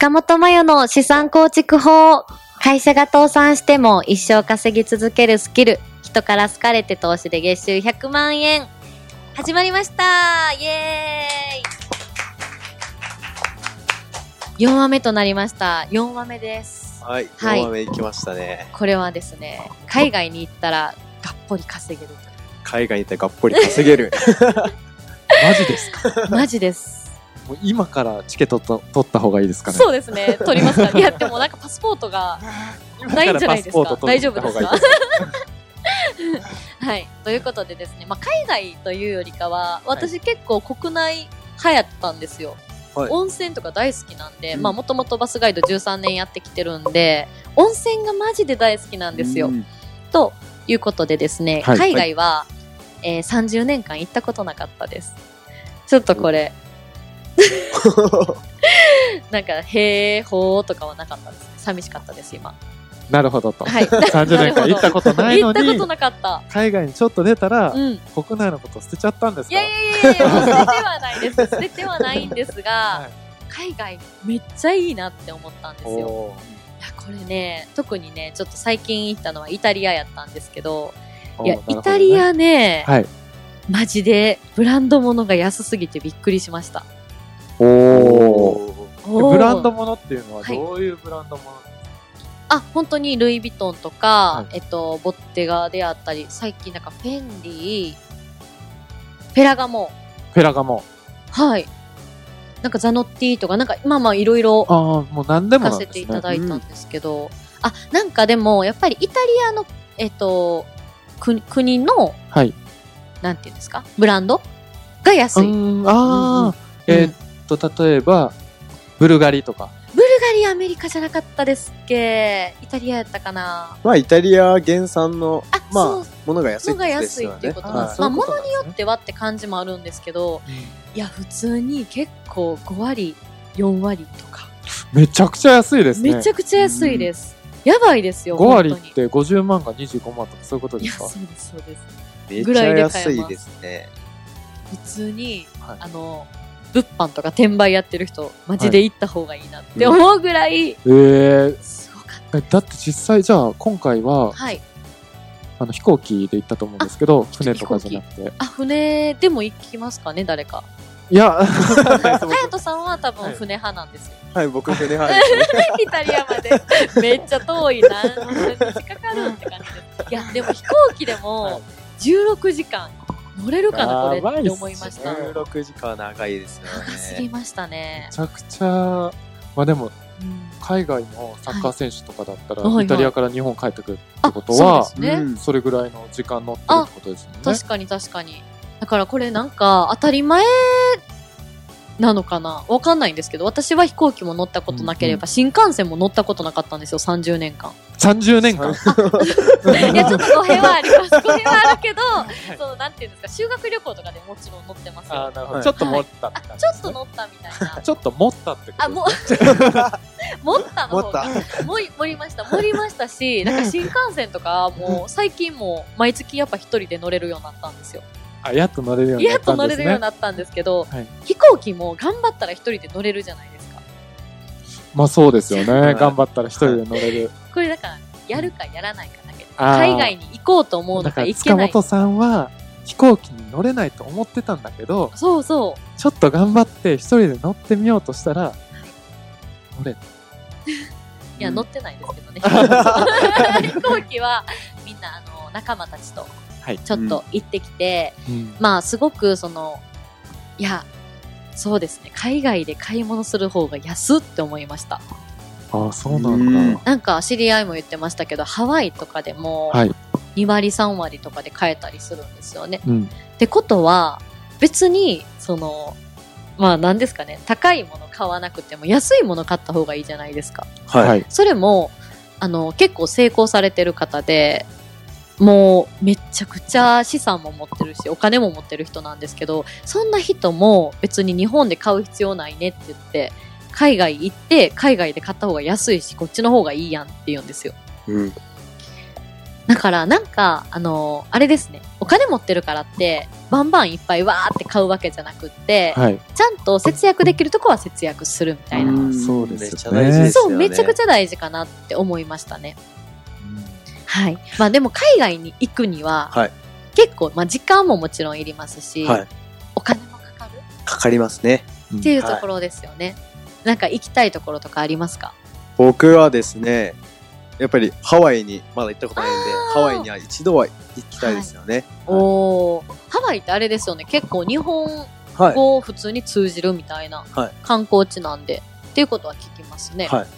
坂本真代の資産構築法。会社が倒産しても一生稼ぎ続けるスキル。人から好かれて投資で月収100万円。始まりました。イエーイ。4話目となりました。4話目です。 はい。4話目行きましたね。 これはですね、海外に行ったらがっぽり稼げる。 海外に行ったらがっぽり稼げる。 マジですか？ マジです。 もう今からチケット取った方がいいですかね。 そうですね。取りますか。いやでもなんかパスポートがないんじゃないですか。大丈夫ですか？はい。ということでですね、まあ、海外というよりかは私結構国内流行ったんですよ。はい、温泉とか大好きなんで、まあもともとバスガイド13年やってきてるんで、温泉がマジで大好きなんですよ。ということでですね、はい、海外は、30年間行ったことなかったです。ちょっとこれ。なんかへーほーとかはなかったですね。寂しかったです今。 なるほどと、 はい、 30年間行ったことないのに行ったことなかった。 海外にちょっと出たら、国内のこと捨てちゃったんですか？ いや捨ててはないです。捨ててはないんですが、はい、海外めっちゃいいなって思ったんですよ。いやこれね、特にねちょっと最近行ったのはイタリアやったんですけど、いや、イタリアね、はい、マジでブランド物が安すぎてびっくりしました。 ブランド物っていうのはどういうブランド物？はい、 あ、本当にルイ・ヴィトンとか、はい、ボッテガであったり、最近なんかフェンディ、フェラガモ。はい。なんかザノッティとか、なんかまあいろいろもう何でも書かせていただいたんですけど、なんかでもやっぱりイタリアの国の、はい、なんていうんですか、ブランドが安い。 例えばブルガリとか。 ブルガリアメリカじゃなかったですっけ？イタリアやったかな。 まあイタリア原産の物が安いっていうことなんです。まあ物によってはって感じもあるんですけど、いや普通に結構5割4割とか。 めちゃくちゃ安いですね。 めちゃくちゃ安いです。やばいですよ。 5割って50万が25万とかそういうことですか？ いやそうですそうです。 めっちゃ安いですね。 普通に、物販とか転売やってる人マジで行った方がいいなって思うぐらい、すごかった。 だって実際じゃあ今回は、はい、飛行機で行ったと思うんですけど、船とかじゃなくて。 船でも行きますかね、誰か。 いや、 隼人さんは多分船派なんですよ。 はい、僕船派です、ね。 イタリアまでめっちゃ遠いな、何日かかるって感じです。いやでも飛行機でも16時間乗れるかなこれって思いました。 16時間は長いですよね。 長すぎましたね。 めちゃくちゃ、まあでも、海外のサッカー選手とかだったら、イタリアから日本帰ってくるってことは、それぐらいの時間乗ってるってことですよね。 確かに確かに。だからこれなんか当たり前なのかなわかんないんですけど、私は飛行機も乗ったことなければ、新幹線も乗ったことなかったんですよ、30年間。 30年間いや、ちょっと語弊はあります。語弊はあるけど、その、なんていうんですか、修学旅行とかでもちろん乗ってますよ。 なるほど。ちょっと持ったって感じ、 ちょっと乗ったみたいな。 ちょっと持ったってこと持ったの方が。盛りました。盛りましたし、なんか新幹線とかもう、最近もう、毎月やっぱ一人で乗れるようになったんですよ。 やっと乗れるようになったんですね。 やっと乗れるようになったんですけど、飛行機も頑張ったら一人で乗れるじゃないですか。 まあそうですよね。頑張ったら一人で乗れる。 これだから、やるかやらないかだけで。海外に行こうと思うのか行けない。 塚本さんは飛行機に乗れないと思ってたんだけど、 そうそう。 ちょっと頑張って一人で乗ってみようとしたら、乗れ。 いや、乗ってないですけどね。飛行機はみんな仲間たちとちょっと行ってきて、まあすごくいや、そうですね、海外で買い物する方が安って思いました。 ああ、そうなのか。 なんか知り合いも言ってましたけど、ハワイとかでも2割3割とかで買えたりするんですよね。ってことは別にまあ何ですかね、高いもの買わなくても安いもの買った方がいいじゃないですか。 はい。 それも結構成功されてる方で、もうめちゃくちゃ資産も持ってるしお金も持ってる人なんですけど、そんな人も別に日本で買う必要ないねって言って海外行って海外で買った方が安いしこっちの方がいいやんって言うんですよ。だからなんかあれですね、お金持ってるからってバンバンいっぱいわーって買うわけじゃなくって、はい、ちゃんと節約できるとこは節約するみたいな。 そうですね。めっちゃ大事ですよね。 そう、めちゃくちゃ大事かなって思いましたね。はい。まあでも海外に行くには、はい、結構、まあ時間ももちろんいりますし、はい、お金もかかる？ かかりますね。 っていうところですよね。はい、なんか行きたいところとかありますか？ 僕はですね、やっぱりハワイにまだ行ったことないんで、ハワイには一度は行きたいですよね。 はい、おー、ハワイってあれですよね、結構日本語を普通に通じるみたいな観光地なんで、はい、っていうことは聞きますね。はい、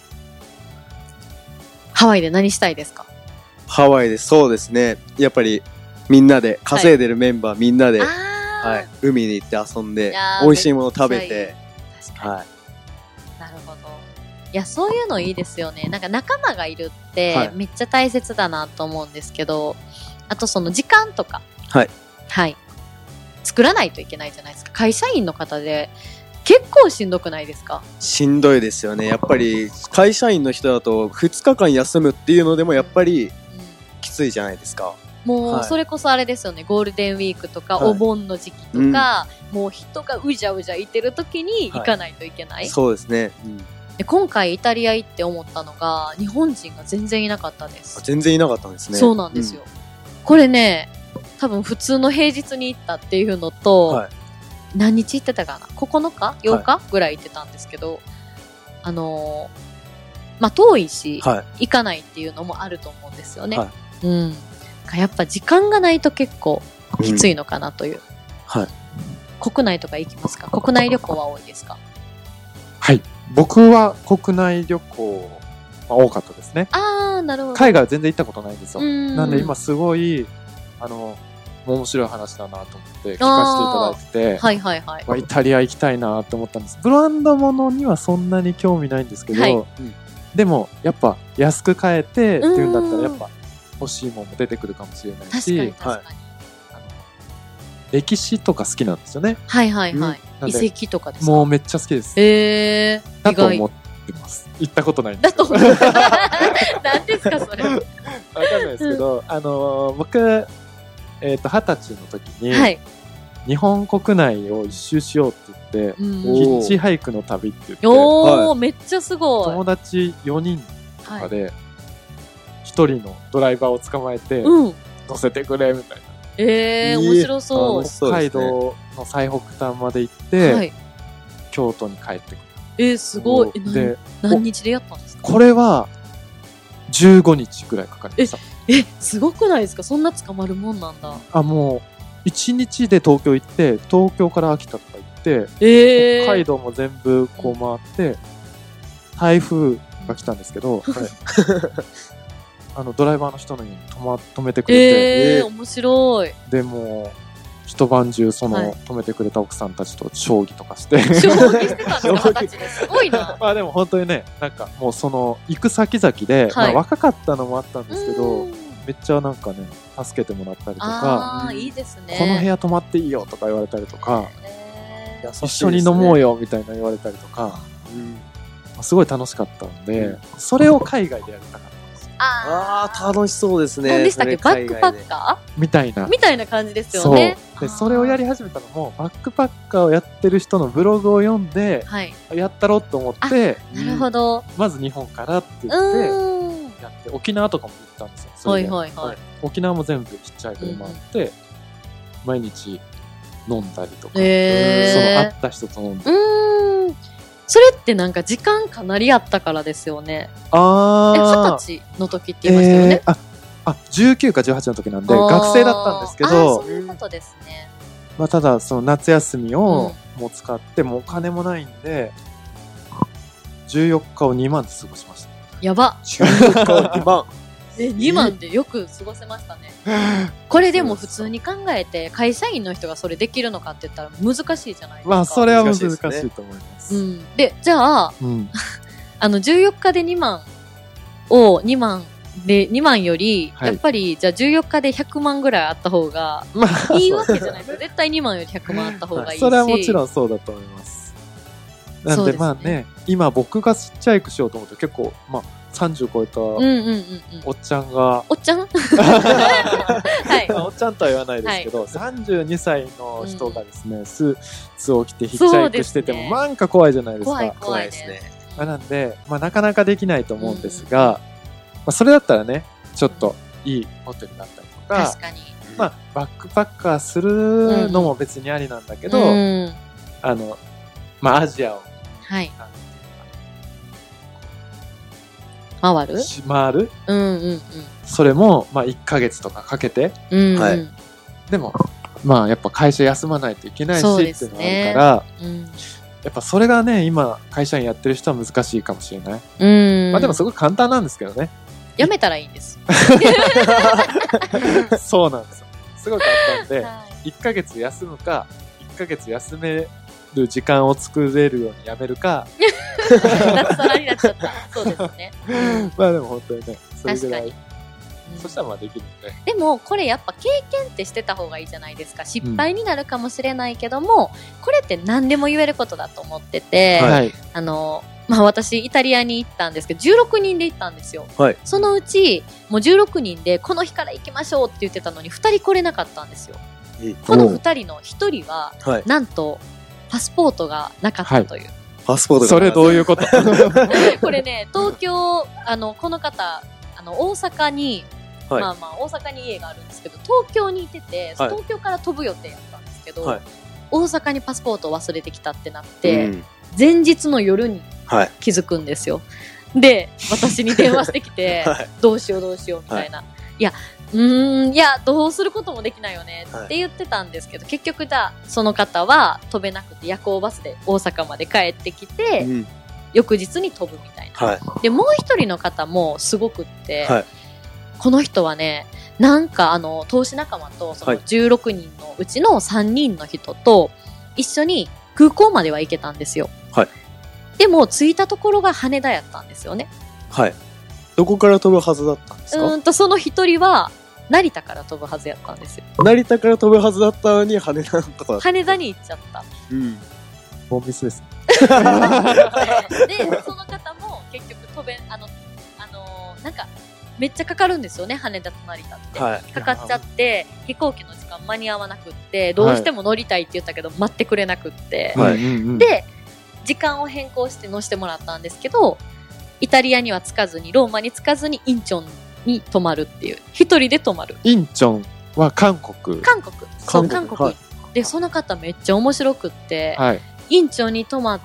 ハワイで何したいですか？ ハワイでそうですね、やっぱりみんなで稼いでるメンバーみんなで、はい、海に行って遊んで美味しいもの食べて、 確かに、はい、なるほど。いや、そういうのいいですよね。なんか仲間がいるってめっちゃ大切だなと思うんですけど、あとその時間とか、はい、はい、作らないといけないじゃないですか。会社員の方で結構しんどくないですか？ しんどいですよね。やっぱり会社員の人だと2日間休むっていうのでもやっぱりきついじゃないですか。 もうそれこそあれですよね、ゴールデンウィークとかお盆の時期とか、もう人がうじゃうじゃいてる時に行かないといけない。 そうですね。 で今回イタリア行って思ったのが、日本人が全然いなかったです。 全然いなかったんですね。 そうなんですよ。これね、多分普通の平日に行ったっていうのと、何日行ってたかな、9日 ?8 日、ぐらい行ってたんですけど、まあ、遠いし、行かないっていうのもあると思うんですよね。うん。やっぱ時間がないと結構きついのかなという。はい。国内とか行きますか？国内旅行は多いですか？ はい。僕は国内旅行が多かったですね。 ああ、なるほど。 海外は全然行ったことないんですよ。なんで今すごい、面白い話だなと思って聞かせていただいてて、はいはいはい。イタリア行きたいなと思ったんです。ブランド物にはそんなに興味ないんですけど、はい、でもやっぱ安く買えてっていうんだったらやっぱ欲しいものも出てくるかもしれないし、確かに確かに、歴史とか好きなんですよね。 はいはいはい。遺跡とかですか？ もうめっちゃ好きです。だと思ってます。行ったことないんですけど。だと思って何ですかそれ。わかんないですけど、僕、20歳の時に、はい、日本国内を一周しようって言って、ヒッチハイクの旅って言って、 はい、めっちゃすごい。 友達4人とかで、1人のドライバーを捕まえて、乗せてくれみたいな。 面白そう。 北海道の最北端まで行って、はい、京都に帰ってくる。 すごい。で、何日でやったんですか？ これは15日くらいかかりました。 すごくないですか？そんな捕まるもんなんだ。 もう1日で東京行って、東京から秋田とか行って、北海道も全部こう回って、台風が来たんですけど、ドライバーの人の家に止めてくれて、 面白い。 でも一晩中止めてくれた奥さんたちと将棋とかして将棋してたんですか？すごいな。 まあでも本当にね、なんかもう行く先々で、まあ、若かったのもあったんですけど、めっちゃなんかね助けてもらったりとか、 いいですね、 この部屋泊まっていいよとか言われたりとか、一緒に飲もうよみたいな言われたりとか、すごい楽しかったんで、それを海外でやりたかった。 楽しそうですね。 何でしたっけ？バックパッカーみたいな感じですよね。 でそれをやり始めたのもバックパッカーをやってる人のブログを読んで、やったろうと思って、 なるほど、 まず日本からって言ってやって、沖縄とかも行ったんですよ。それで沖縄も全部ちっちゃい車回って、毎日飲んだりとか、その会った人と飲んで、 それってなんか時間かなりあったからですよね。20歳の時って言いましたよね。 19か18の時なんで学生だったんですけど、 そういうことですね。 まあただその夏休みをもう使ってもうお金もないんで、14日を2万で過ごしました。 やば。 14日を2万。 2万でよく過ごせましたね。これでも普通に考えて会社員の人がそれできるのかって言ったら難しいじゃないですか。 まあそれは難しいと思います。 で、じゃあ、14日で2万を2万より、やっぱりじゃあ14日で100万ぐらいあった方がいいわけじゃないですか。絶対2万より100万あった方がいいし。 それはもちろんそうだと思います。なんでまあね、今僕がちっちゃいくしようと思うと結構、まあ 30超えたおっちゃんが、 おっちゃんはい、おっちゃんとは言わないですけど、32歳の人がですね、スーツを着てヒッチハイクしててもなんか怖いじゃないですか。 怖いですね。 なんで、なかなかできないと思うんですが、それだったらね、ちょっといいホテルだったりとか、 確かに。 バックパッカーするのも別にありなんだけど、アジアを、 回るそれも、1ヶ月とかかけて、でも、やっぱ会社休まないといけないしっていうのがあるから、やっぱそれがね、今、会社員やってる人は難しいかもしれない。でもすごい簡単なんですけどね。 やめたらいいんです。 そうなんですよ。すごい簡単で、1ヶ月休むか、1ヶ月休める時間を作れるようにやめるか。 脱サラになっちゃった。そうですね。 でも本当にね、それぐらい。そしたらできるんで。 でも、これやっぱ経験ってしてた方がいいじゃないですか。失敗になるかもしれないけども、これって何でも言えることだと思ってて、私、イタリアに行ったんですけど、16人で行ったんですよ。そのうち、もう16人で、この日から行きましょうって言ってたのに、2人来れなかったんですよ。この2人の1人は、なんと、パスポートがなかったという。 パスポートがそれどういうことこれね、東京、この方、大阪に、大阪に家があるんですけど、東京にいてて、東京から飛ぶ予定やったんですけど、大阪にパスポートを忘れてきたってなって、前日の夜に気づくんですよ。で、私に電話してきて、どうしようみたいな。いや、どうすることもできないよねって言ってたんですけど、結局その方は飛べなくて夜行バスで大阪まで帰ってきて、翌日に飛ぶみたいな。で、もう一人の方もすごくって、この人はね、なんか投資仲間とその16人のうちの3人の人と一緒に空港までは行けたんですよ。でも着いたところが羽田やったんですよね。 どこから飛ぶはずだったんですか？ その一人は成田から飛ぶはずやったんですよ。 成田から飛ぶはずだったのに羽田のとこだった。 羽田に行っちゃった。 ボンミスです。 で、その方も結局なんかめっちゃかかるんですよね、羽田と成田って。かかっちゃって、飛行機の時間間に合わなくって、どうしても乗りたいって言ったけど、待ってくれなくって。で、時間を変更して乗せてもらったんですけど、イタリアには着かずに、ローマに着かずにインチョンに泊まるっていう。一人で泊まる。 インチョンは韓国。 そう、韓国。で、その方めっちゃ面白くって、インチョンに泊まって、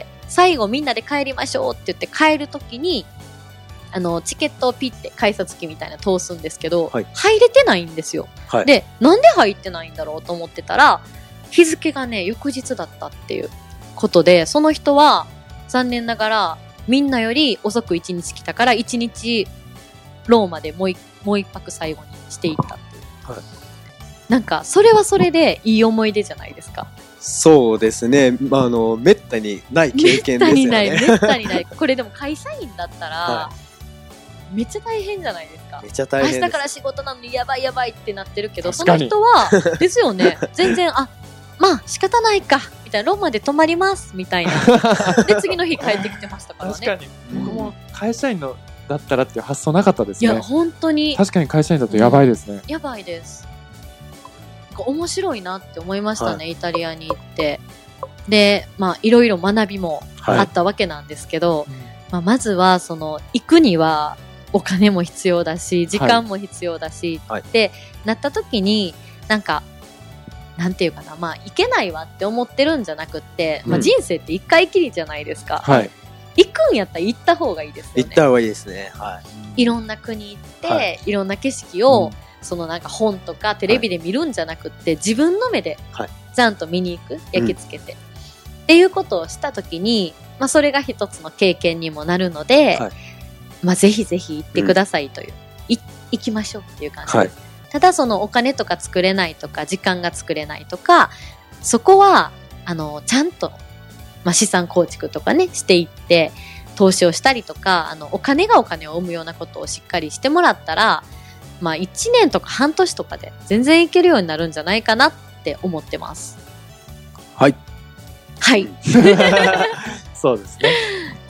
最後みんなで帰りましょうって言って帰るときに、チケットをピッて改札機みたいな通すんですけど、入れてないんですよ。で、なんで入ってないんだろうと思ってたら、日付がね、翌日だったっていうことで、その人は残念ながらみんなより遅く1日来たから、1日ローマでもう一泊最後にしていったっていう。なんか、それはそれでいい思い出じゃないですか。 そうですね。めったにない経験ですよね。 めったにない。これでも会社員だったら、めっちゃ大変じゃないですか。 めっちゃ大変です。 明日から仕事なのにやばいってなってるけど、その人は、ですよね。全然、仕方ないか、みたいな、ローマで泊まります、みたいな。で、次の日帰ってきてましたからね。 確かに。僕も会社員だったらっていう発想なかったですね。 いや、本当に。 確かに会社員だとやばいですね。 やばいです。面白いなって思いましたね、イタリアに行って。で、いろいろ学びもあったわけなんですけど、まずは、行くには、お金も必要だし、時間も必要だし、ってなった時に、なんていうかな、行けないわって思ってるんじゃなくって、人生って一回きりじゃないですか。行くんやったら行った方がいいですよね。 行った方がいいですね。 いろんな国行って、いろんな景色を、本とかテレビで見るんじゃなくって、自分の目で、ちゃんと見に行く、焼き付けて。っていうことをした時に、それが一つの経験にもなるので、ぜひぜひ行ってくださいという、行きましょうっていう感じです。ただお金とか作れないとか、時間が作れないとか、そこは、ちゃんと、資産構築とかね、していって、投資をしたりとか、お金がお金を生むようなことをしっかりしてもらったら、1年とか半年とかで全然いけるようになるんじゃないかなって思ってます。 はい。 そうですね。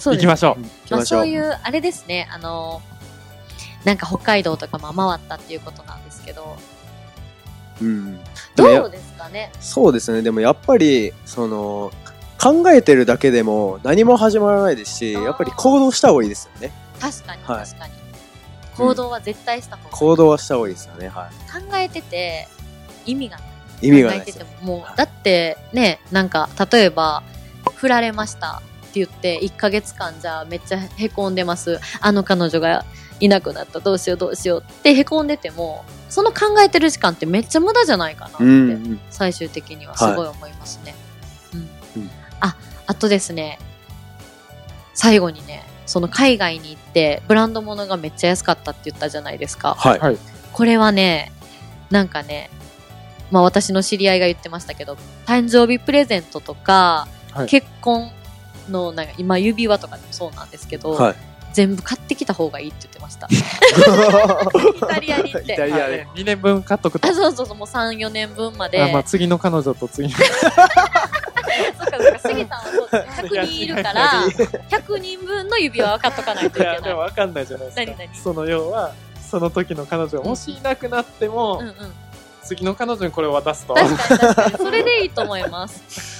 行きましょう。 まあそういう、あれですね、なんか北海道とかも回ったっていうことなんですけど。 うん。 どうですかね。 そうですね。でもやっぱり、考えてるだけでも何も始まらないですし、やっぱり行動した方がいいですよね。 確かに、確かに。行動は絶対した方がいい。 行動はした方がいいですよね。はい。 考えてて、意味がない。 意味がない。 考えてても、もう、だってね、なんか、例えば、振られましたって言って、1ヶ月間じゃあめっちゃ凹んでます。彼女がいなくなった。どうしようどうしようって凹んでても、その考えてる時間ってめっちゃ無駄じゃないかなって、最終的にはすごい思いますね。あとですね、最後にね、その海外に行って、ブランド物がめっちゃ安かったって言ったじゃないですか。 はい。 これはね、なんかね、まあ私の知り合いが言ってましたけど、誕生日プレゼントとか、結婚のなんか今指輪とかでもそうなんですけど、全部買ってきた方がいいって言ってました。イタリアに行って。 イタリアで。 2年分買っとくと。 そうそうそう、もう3、4年分まで。 まあ次の彼女と次の。 そっか、杉さんはそう100人いるから、100人分の指輪は買っとかないといけない。 いや、でも分かんないじゃないですか。 何その要は、その時の彼女がもしいなくなっても、次の彼女にこれを渡すと。 確かに確かに。それでいいと思います。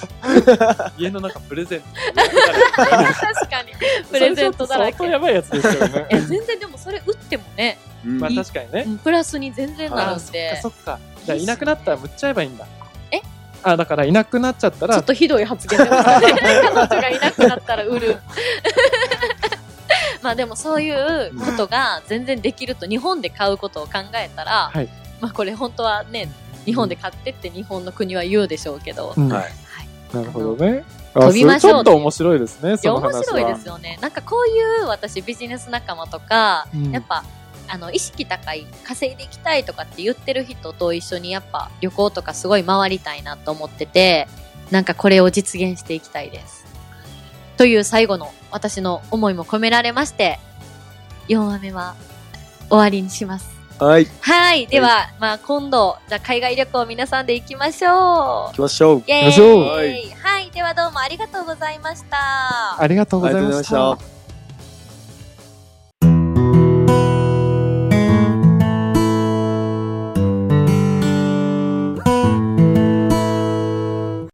家の中プレゼント。 確かに。プレゼントだらけ。 相当やばいやつですよね。 全然でもそれ売ってもね。 まあ確かにね。 プラスに全然なるんで。 そっか。じゃあいなくなったら売っちゃえばいいんだ。だからいなくなっちゃったら。 ちょっとひどい発言でましたね。彼女がいなくなったら売る。まあでもそういうことが全然できると、日本で買うことを考えたら、まあこれ本当はね、日本で買ってって日本の国は言うでしょうけど。 なるほどね。 飛びましょう。 ちょっと面白いですね、その話は。 面白いですよね。なんかこういう私ビジネス仲間とか、やっぱ、意識高い、稼いでいきたいとかって言ってる人と一緒にやっぱ旅行とかすごい回りたいなと思ってて、なんかこれを実現していきたいです。という最後の私の思いも込められまして、4話目は終わりにします。 はい。 はい。では、まあ今度、じゃあ海外旅行皆さんで行きましょう。 行きましょう。 イェーイ。はい。ではどうもありがとうございました。 ありがとうございました。